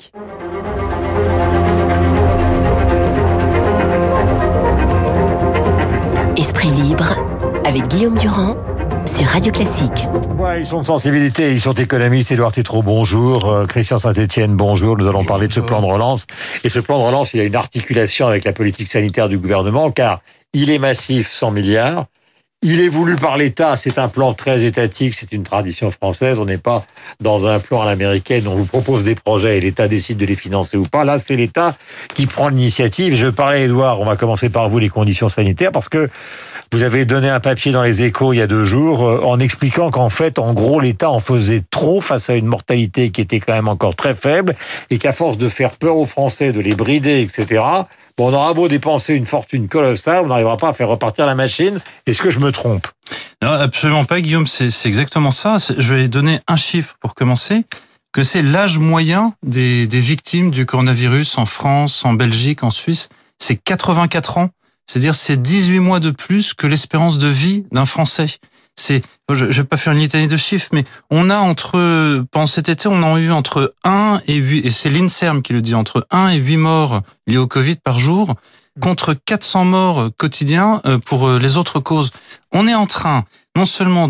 Classique. Esprit libre avec Guillaume Durand sur Radio Classique. Ouais, ils sont de sensibilité, ils sont économistes. Édouard Tétrault, bonjour. Christian Saint-Etienne, bonjour. Nous allons parler de ce plan de relance. Et ce plan de relance, il a une articulation avec la politique sanitaire du gouvernement, car il est massif, 100 milliards. Il est voulu par l'État, c'est un plan très étatique, c'est une tradition française. On n'est pas dans un plan à l'américaine, on vous propose des projets et l'État décide de les financer ou pas. Là, c'est l'État qui prend l'initiative. Je parlais, Édouard, on va commencer par vous, les conditions sanitaires, parce que vous avez donné un papier dans les Échos il y a 2 jours en expliquant qu'en fait, en gros, l'État en faisait trop face à une mortalité qui était quand même encore très faible et qu'à force de faire peur aux Français, de les brider, etc., on aura beau dépenser une fortune colossale, on n'arrivera pas à faire repartir la machine. Est-ce que je me trompe ? Non, absolument pas, Guillaume, c'est exactement ça. Je vais donner un chiffre pour commencer, que c'est l'âge moyen des victimes du coronavirus en France, en Belgique, en Suisse. C'est 84 ans. C'est-à-dire, c'est 18 mois de plus que l'espérance de vie d'un Français. Je vais pas faire une litanie de chiffres, mais pendant cet été, on a eu entre 1 et 8, et c'est l'INSERM qui le dit, entre 1 et 8 morts liés au Covid par jour, contre 400 morts quotidiens pour les autres causes. On est en train, non seulement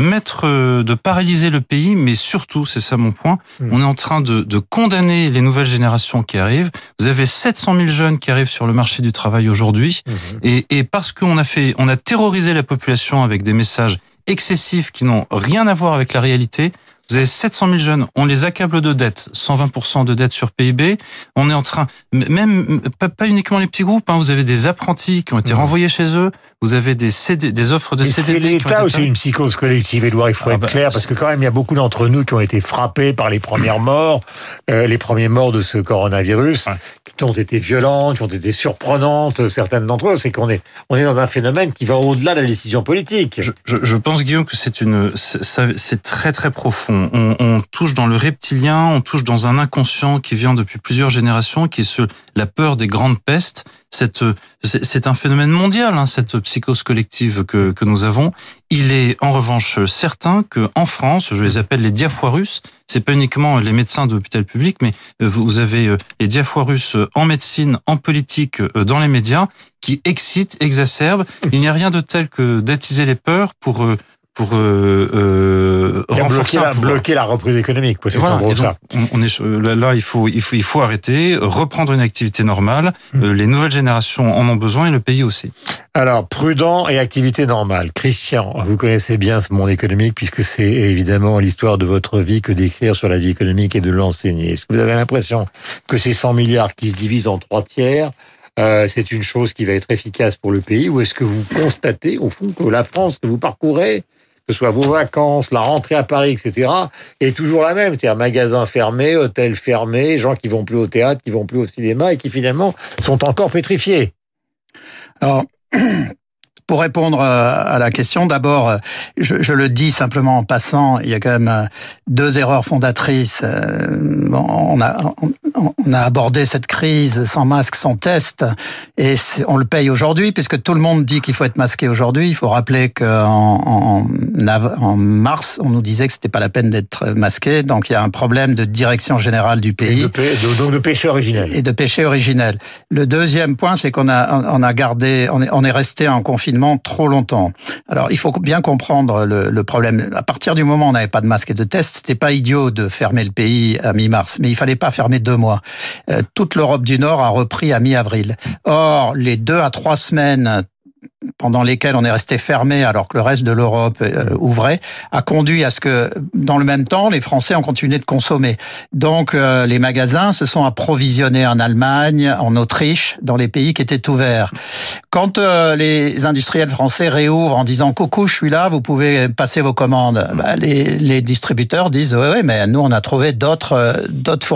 de paralyser le pays, mais surtout, c'est ça mon point, on est en train de condamner les nouvelles générations qui arrivent. Vous avez 700 000 jeunes qui arrivent sur le marché du travail aujourd'hui, et parce qu'on a terrorisé la population avec des messages excessifs qui n'ont rien à voir avec la réalité. Vous avez 700 000 jeunes, on les accable de dettes, 120% de dette sur PIB. On est en train, même pas uniquement les petits groupes, vous avez des apprentis qui ont été renvoyés chez eux, vous avez des offres de CDD. C'est l'État ou c'est une psychose collective, Édouard, il faut être clair, parce que quand même, il y a beaucoup d'entre nous qui ont été frappés par les premières morts, les premiers morts de ce coronavirus, qui ont été violentes, qui ont été surprenantes, certaines d'entre eux. C'est qu'on est dans un phénomène qui va au-delà de la décision politique. Je pense, Guillaume, que c'est très très profond. On touche dans le reptilien, on touche dans un inconscient qui vient depuis plusieurs générations, qui est la peur des grandes pestes. C'est un phénomène mondial, cette psychose collective que nous avons. Il est en revanche certain que en France, je les appelle les diafoirus. C'est pas uniquement les médecins de l'hôpital public, mais vous avez les diafoirus en médecine, en politique, dans les médias, qui excitent, exacerbent. Il n'y a rien de tel que d'attiser les peurs pour bloquer la reprise économique. C'est voilà. en gros donc, ça. Là, il faut arrêter, reprendre une activité normale. Les nouvelles générations en ont besoin et le pays aussi. Alors, prudent et activité normale. Christian, vous connaissez bien ce monde économique puisque c'est évidemment l'histoire de votre vie que d'écrire sur la vie économique et de l'enseigner. Est-ce que vous avez l'impression que ces 100 milliards qui se divisent en 3 tiers, c'est une chose qui va être efficace pour le pays, ou est-ce que vous constatez, au fond, que la France que vous parcourez, que ce soit vos vacances, la rentrée à Paris, etc., est toujours la même, c'est-à-dire magasins fermés, hôtels fermés, gens qui vont plus au théâtre, qui vont plus au cinéma et qui finalement sont encore pétrifiés? Alors, pour répondre à la question, d'abord, je le dis simplement en passant, il y a quand même 2 erreurs fondatrices. On a abordé cette crise sans masque, sans test, et on le paye aujourd'hui, puisque tout le monde dit qu'il faut être masqué aujourd'hui. Il faut rappeler qu'en mars, on nous disait que c'était pas la peine d'être masqué, donc il y a un problème de direction générale du pays. Donc de péché originel. Et de péché originel. Le deuxième point, c'est on est resté en confinement trop longtemps. Alors, il faut bien comprendre le problème. À partir du moment où on n'avait pas de masque et de test, c'était pas idiot de fermer le pays à mi-mars, mais il fallait pas fermer 2 mois. Toute l'Europe du Nord a repris à mi-avril. Or, les 2 à 3 semaines pendant lesquelles on est resté fermé alors que le reste de l'Europe ouvrait, a conduit à ce que, dans le même temps, les Français ont continué de consommer. Donc, les magasins se sont approvisionnés en Allemagne, en Autriche, dans les pays qui étaient ouverts. Quand les industriels français réouvrent en disant « Coucou, je suis là, vous pouvez passer vos commandes », les distributeurs disent « Ouais, mais nous, on a trouvé d'autres fournisseurs ».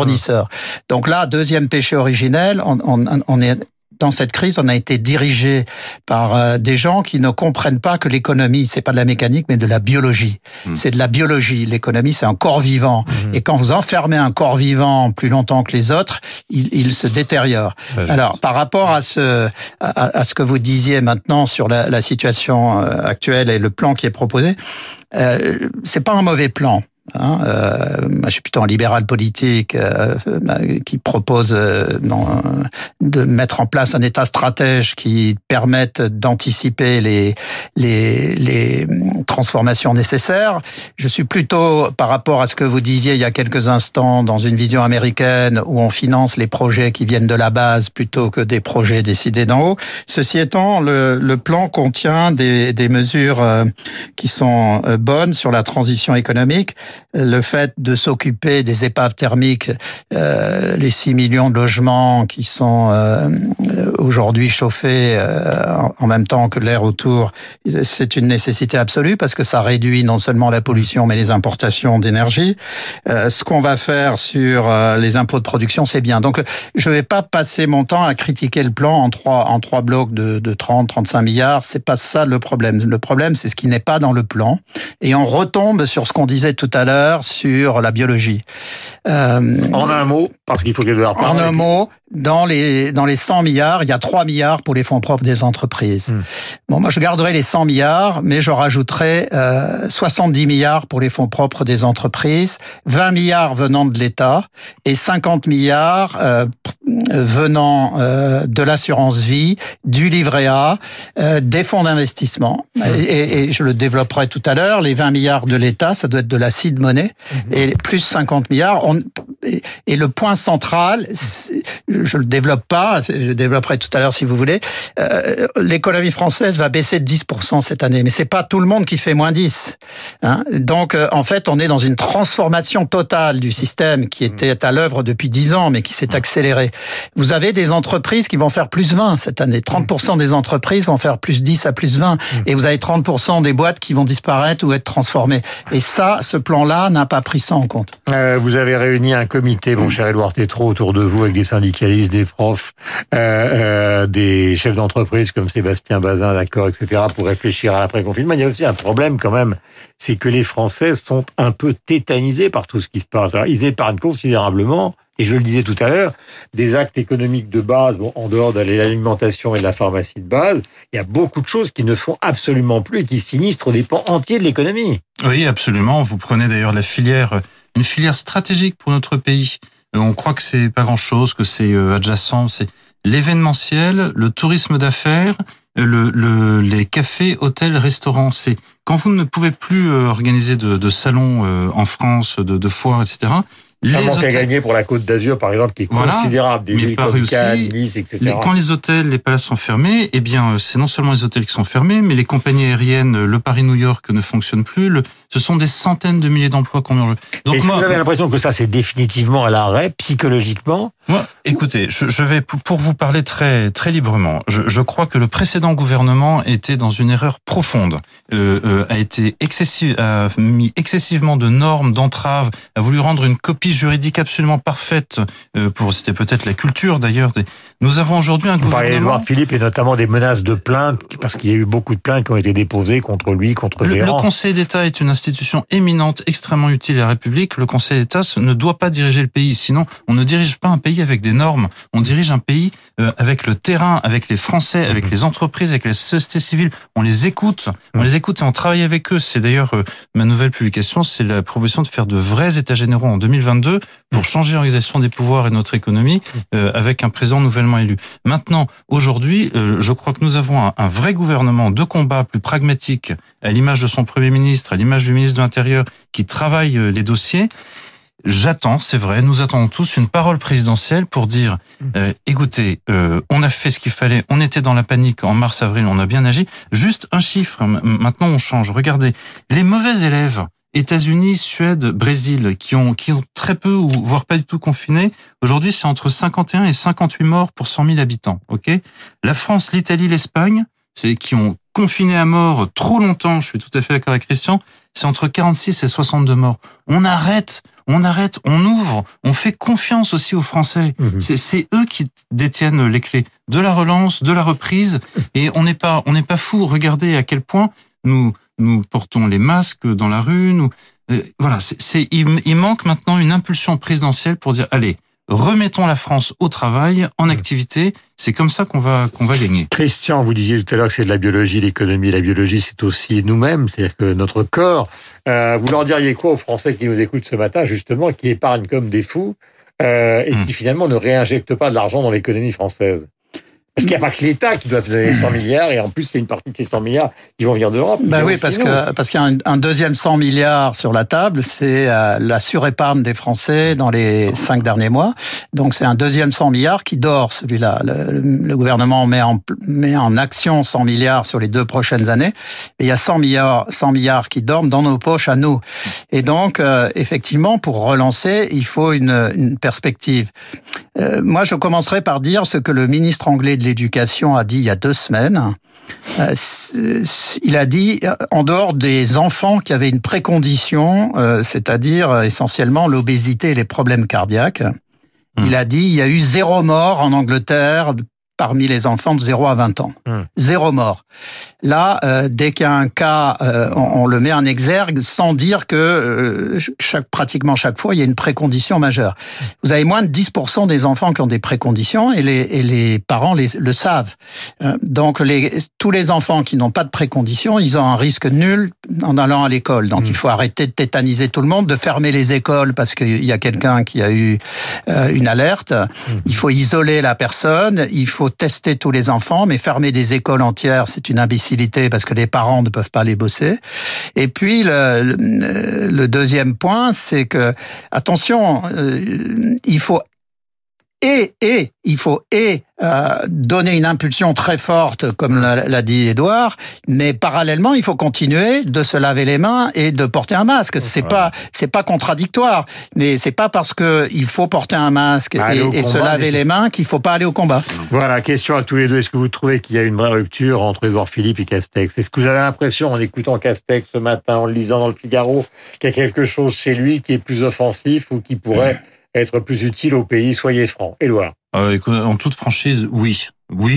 Donc là, deuxième péché originel, on est... Dans cette crise, on a été dirigé par des gens qui ne comprennent pas que l'économie, c'est pas de la mécanique, mais de la biologie. C'est de la biologie. L'économie, c'est un corps vivant. Et quand vous enfermez un corps vivant plus longtemps que les autres, il se détériore. Alors, par rapport à ce que vous disiez maintenant sur la situation actuelle et le plan qui est proposé, c'est pas un mauvais plan. Moi, je suis plutôt un libéral politique qui propose de mettre en place un État stratège qui permette d'anticiper les transformations nécessaires. Je suis plutôt, par rapport à ce que vous disiez il y a quelques instants, dans une vision américaine où on finance les projets qui viennent de la base plutôt que des projets décidés d'en haut. Ceci étant, le plan contient des mesures qui sont bonnes sur la transition économique. Le fait de s'occuper des épaves thermiques, les 6 millions de logements qui sont aujourd'hui chauffés en même temps que l'air autour, c'est une nécessité absolue parce que ça réduit non seulement la pollution mais les importations d'énergie. Ce qu'on va faire sur les impôts de production, c'est bien. Donc je vais pas passer mon temps à critiquer le plan en trois blocs de 30-35 milliards. C'est pas ça le problème. Le problème, c'est ce qui n'est pas dans le plan. Et on retombe sur ce qu'on disait tout à l'heure sur la biologie. En un mot, parce qu'il faut qu'elle le reprenne. En un mot, dans les 100 milliards, il y a 3 milliards pour les fonds propres des entreprises. Bon, moi, je garderai les 100 milliards, mais je rajouterai 70 milliards pour les fonds propres des entreprises, 20 milliards venant de l'État et 50 milliards venant de l'assurance vie, du livret A, des fonds d'investissement. Et je le développerai tout à l'heure, les 20 milliards de l'État, ça doit être de la seed money, et plus 50 milliards. Et le point central, je le développe pas, je le développerai tout à l'heure si vous voulez, l'économie française va baisser de 10% cette année, mais c'est pas tout le monde qui fait moins 10. Donc, en fait, on est dans une transformation totale du système qui était à l'œuvre depuis 10 ans, mais qui s'est accélérée. Vous avez des entreprises qui vont faire plus 20 cette année. 30% des entreprises vont faire plus 10 à plus 20. Et vous avez 30% des boîtes qui vont disparaître ou être transformées. Et ça, ce plan-là n'a pas pris ça en compte. Vous avez réuni un comité, mon cher Édouard Tétrault, autour de vous, avec des syndicalistes, des profs, des chefs d'entreprise comme Sébastien Bazin, d'accord, etc., pour réfléchir à l'après-confinement. Il y a aussi un problème quand même, c'est que les Français sont un peu tétanisés par tout ce qui se passe. Alors, ils épargnent considérablement, et je le disais tout à l'heure, des actes économiques de base, bon, en dehors de l'alimentation et de la pharmacie de base, il y a beaucoup de choses qui ne font absolument plus et qui sinistrent des pans entiers de l'économie. Oui, absolument. Vous prenez d'ailleurs une filière stratégique pour notre pays. On croit que c'est pas grand-chose, que c'est adjacent. C'est l'événementiel, le tourisme d'affaires, les cafés, hôtels, restaurants. C'est quand vous ne pouvez plus organiser de salons en France, de foires, etc. Ça manque à gagner pour la Côte d'Azur, par exemple, qui est considérable, des villes comme Cannes, Nice, etc. Quand les hôtels, les palaces sont fermés, eh bien, c'est non seulement les hôtels qui sont fermés, mais les compagnies aériennes, le Paris-New York ne fonctionne plus. Ce sont des centaines de milliers d'emplois qu'on met en jeu. Donc, est-ce que vous avez l'impression que ça, c'est définitivement à l'arrêt, psychologiquement? Moi, écoutez, je vais, pour vous parler très, très librement, je crois que le précédent gouvernement était dans une erreur profonde, a mis excessivement de normes, d'entraves, a voulu rendre une copie juridique absolument parfaite c'était peut-être la culture d'ailleurs. Nous avons aujourd'hui un gouvernement... Vous parlez d'Édouard Philippe et notamment des menaces de plainte, parce qu'il y a eu beaucoup de plaintes qui ont été déposées contre lui, contre le Conseil d'État est une institution éminente, extrêmement utile à la République. Le Conseil d'État ne doit pas diriger le pays, sinon on ne dirige pas un pays avec des normes. On dirige un pays avec le terrain, avec les Français, avec les entreprises, avec la société civile. On les écoute et on travaille avec eux. C'est d'ailleurs ma nouvelle publication, c'est la proposition de faire de vrais états généraux en 2022 pour changer l'organisation des pouvoirs et notre économie avec un président nouvellement élu. Maintenant, aujourd'hui, je crois que nous avons un vrai gouvernement de combat plus pragmatique, à l'image de son Premier ministre, à l'image du ministre de l'Intérieur, qui travaille les dossiers. J'attends, c'est vrai, nous attendons tous une parole présidentielle pour dire écoutez, on a fait ce qu'il fallait, on était dans la panique en mars-avril, on a bien agi. Juste un chiffre, maintenant on change. Regardez, les mauvais élèves, États-Unis, Suède, Brésil, qui ont très peu ou voire pas du tout confiné, aujourd'hui c'est entre 51 et 58 morts pour 100 000 habitants. Ok. La France, l'Italie, l'Espagne, qui ont confiné à mort trop longtemps, je suis tout à fait d'accord avec Christian, c'est entre 46 et 62 morts. On arrête, on ouvre, on fait confiance aussi aux Français. C'est eux qui détiennent les clés de la relance, de la reprise, et on n'est pas fous. Regardez à quel point nous portons les masques dans la rue. Voilà, il manque maintenant une impulsion présidentielle pour dire allez, remettons la France au travail, en activité. C'est comme ça qu'on va gagner. Christian, vous disiez tout à l'heure que c'est de la biologie, l'économie. La biologie, c'est aussi nous-mêmes, c'est-à-dire que notre corps. Vous leur diriez quoi aux Français qui nous écoutent ce matin, justement, qui épargnent comme des fous et qui finalement ne réinjectent pas de l'argent dans l'économie française? Parce qu'il n'y a pas que l'État qui doit donner 100 milliards, et en plus, c'est une partie de ces 100 milliards qui vont venir d'Europe. Oui, parce qu'il y a un deuxième 100 milliards sur la table, c'est la surépargne des Français dans les 5 derniers mois. Donc c'est un deuxième 100 milliards qui dort, celui-là. Le gouvernement met en action 100 milliards sur les 2 prochaines années, et il y a 100 milliards qui dorment dans nos poches à nous. Et donc, effectivement, pour relancer, il faut une perspective. Moi, je commencerai par dire ce que le ministre anglais de l'Éducation a dit il y a 2 semaines. Il a dit, en dehors des enfants qui avaient une précondition, c'est-à-dire essentiellement l'obésité et les problèmes cardiaques, il a dit il y a eu 0 mort en Angleterre parmi les enfants de 0 à 20 ans. 0 mort. Là, dès qu'il y a un cas, on le met en exergue sans dire que pratiquement chaque fois, il y a une précondition majeure. Vous avez moins de 10% des enfants qui ont des préconditions et les parents le savent. Donc, tous les enfants qui n'ont pas de préconditions, ils ont un risque nul en allant à l'école. Donc, il faut arrêter de tétaniser tout le monde, de fermer les écoles parce qu'il y a quelqu'un qui a eu une alerte. Il faut isoler la personne, il faut tester tous les enfants, mais fermer des écoles entières, c'est une imbécilité parce que les parents ne peuvent pas les bosser. Et puis, le deuxième point, c'est que, attention, il faut donner une impulsion très forte, comme l'a dit Édouard, mais parallèlement, il faut continuer de se laver les mains et de porter un masque. C'est pas contradictoire, mais c'est pas parce que il faut porter un masque et se laver les mains qu'il faut pas aller au combat. Voilà, question à tous les deux. Est-ce que vous trouvez qu'il y a une vraie rupture entre Édouard Philippe et Castex? Est-ce que vous avez l'impression, en écoutant Castex ce matin, en le lisant dans le Figaro, qu'il y a quelque chose chez lui qui est plus offensif ou qui pourrait être plus utile au pays? Soyez franc. Édouard. En toute franchise, oui.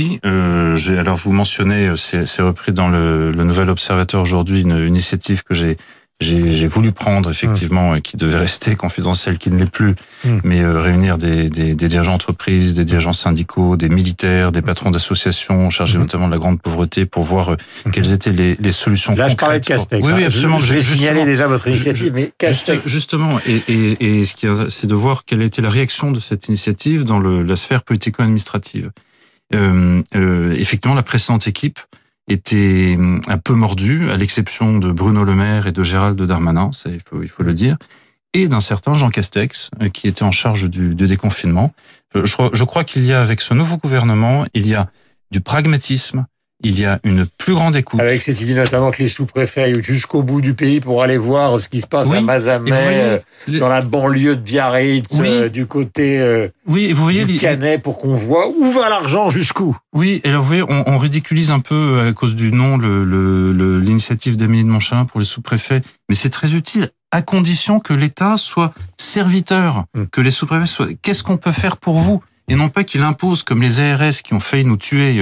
Alors vous mentionnez, c'est repris dans le Nouvel Observateur aujourd'hui, une initiative que j'ai voulu prendre effectivement et qui devait rester confidentielle, qui ne l'est plus, mais réunir des dirigeants d'entreprise, des dirigeants syndicaux, des militaires, des patrons d'associations chargés notamment de la grande pauvreté pour voir quelles étaient les solutions concrètes. Là, je parlais de Castex. Oui, absolument. Je vais signaler déjà votre initiative, mais Castex. Justement, et c'est de voir quelle a été la réaction de cette initiative dans la sphère politico-administrative. Effectivement, la précédente équipe était un peu mordu, à l'exception de Bruno Le Maire et de Gérald Darmanin, il faut le dire, et d'un certain Jean Castex, qui était en charge du déconfinement. Je crois qu'il y a, avec ce nouveau gouvernement, il y a du pragmatisme, il y a une plus grande écoute. Avec cette idée notamment que les sous-préfets aillent jusqu'au bout du pays pour aller voir ce qui se passe à Mazamet, dans la banlieue de Biarritz, du côté du Canet, pour qu'on voit où va l'argent, jusqu'où. Oui, et alors vous voyez, on ridiculise un peu à cause du nom l'initiative d'Amélie de Montchalin pour les sous-préfets, mais c'est très utile à condition que l'État soit serviteur, que les sous-préfets soient... Qu'est-ce qu'on peut faire pour vous? Et non pas qu'il impose, comme les ARS qui ont failli nous tuer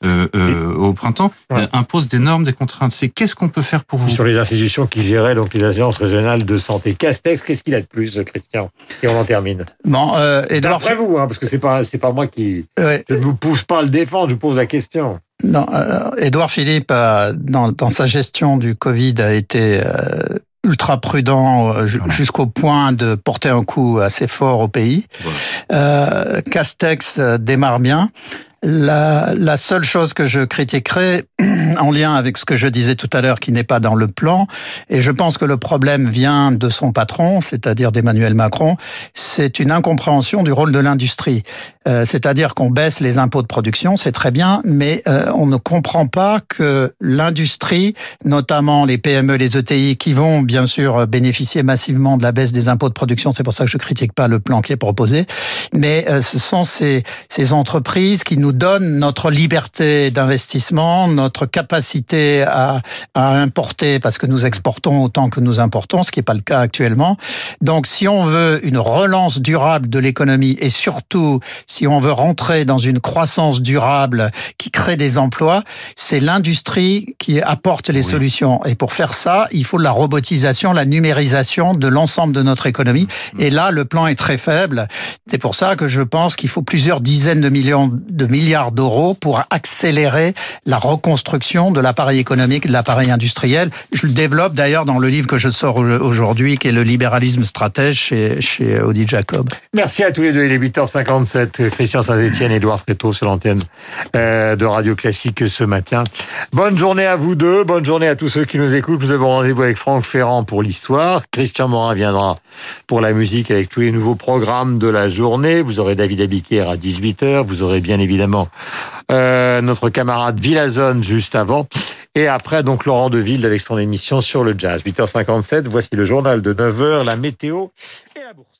au printemps, impose des normes, des contraintes. C'est qu'est-ce qu'on peut faire pour vous? Sur les institutions qui géraient donc les agences régionales de santé. Castex, qu'est-ce qu'il a de plus, Christian? Et on en termine. Bon, Edouard... D'après vous, parce que c'est pas moi qui... Je ne vous pousse pas à le défendre, je vous pose la question. Non, Édouard Philippe, dans sa gestion du Covid, a été... ultra prudent jusqu'au point de porter un coup assez fort au pays. Castex démarre bien. La seule chose que je critiquerais, en lien avec ce que je disais tout à l'heure, qui n'est pas dans le plan, et je pense que le problème vient de son patron, c'est-à-dire d'Emmanuel Macron, c'est une incompréhension du rôle de l'industrie. C'est-à-dire qu'on baisse les impôts de production, c'est très bien, mais on ne comprend pas que l'industrie, notamment les PME, les ETI, qui vont bien sûr bénéficier massivement de la baisse des impôts de production, c'est pour ça que je critique pas le plan qui est proposé, mais ce sont ces entreprises qui nous nous donne notre liberté d'investissement, notre capacité à importer, parce que nous exportons autant que nous importons, ce qui n'est pas le cas actuellement. Donc, si on veut une relance durable de l'économie et surtout, si on veut rentrer dans une croissance durable qui crée des emplois, c'est l'industrie qui apporte les solutions. Et pour faire ça, il faut de la robotisation, la numérisation de l'ensemble de notre économie. Et là, le plan est très faible. C'est pour ça que je pense qu'il faut plusieurs dizaines de milliards d'euros pour accélérer la reconstruction de l'appareil économique, de l'appareil industriel. Je le développe d'ailleurs dans le livre que je sors aujourd'hui, qui est le libéralisme stratège chez Odile Jacob. Merci à tous les deux. Il est 8h57. Christian Saint-Etienne et Édouard Tréteau sur l'antenne de Radio Classique ce matin. Bonne journée à vous deux. Bonne journée à tous ceux qui nous écoutent. Nous avons rendez-vous avec Franck Ferrand pour l'histoire. Christian Morin viendra pour la musique avec tous les nouveaux programmes de la journée. Vous aurez David Abiquière à 18h. Vous aurez bien évidemment notre camarade Villazone juste avant. Et après, donc, Laurent Deville avec son émission sur le jazz. 8h57, voici le journal de 9h, la météo et la bourse.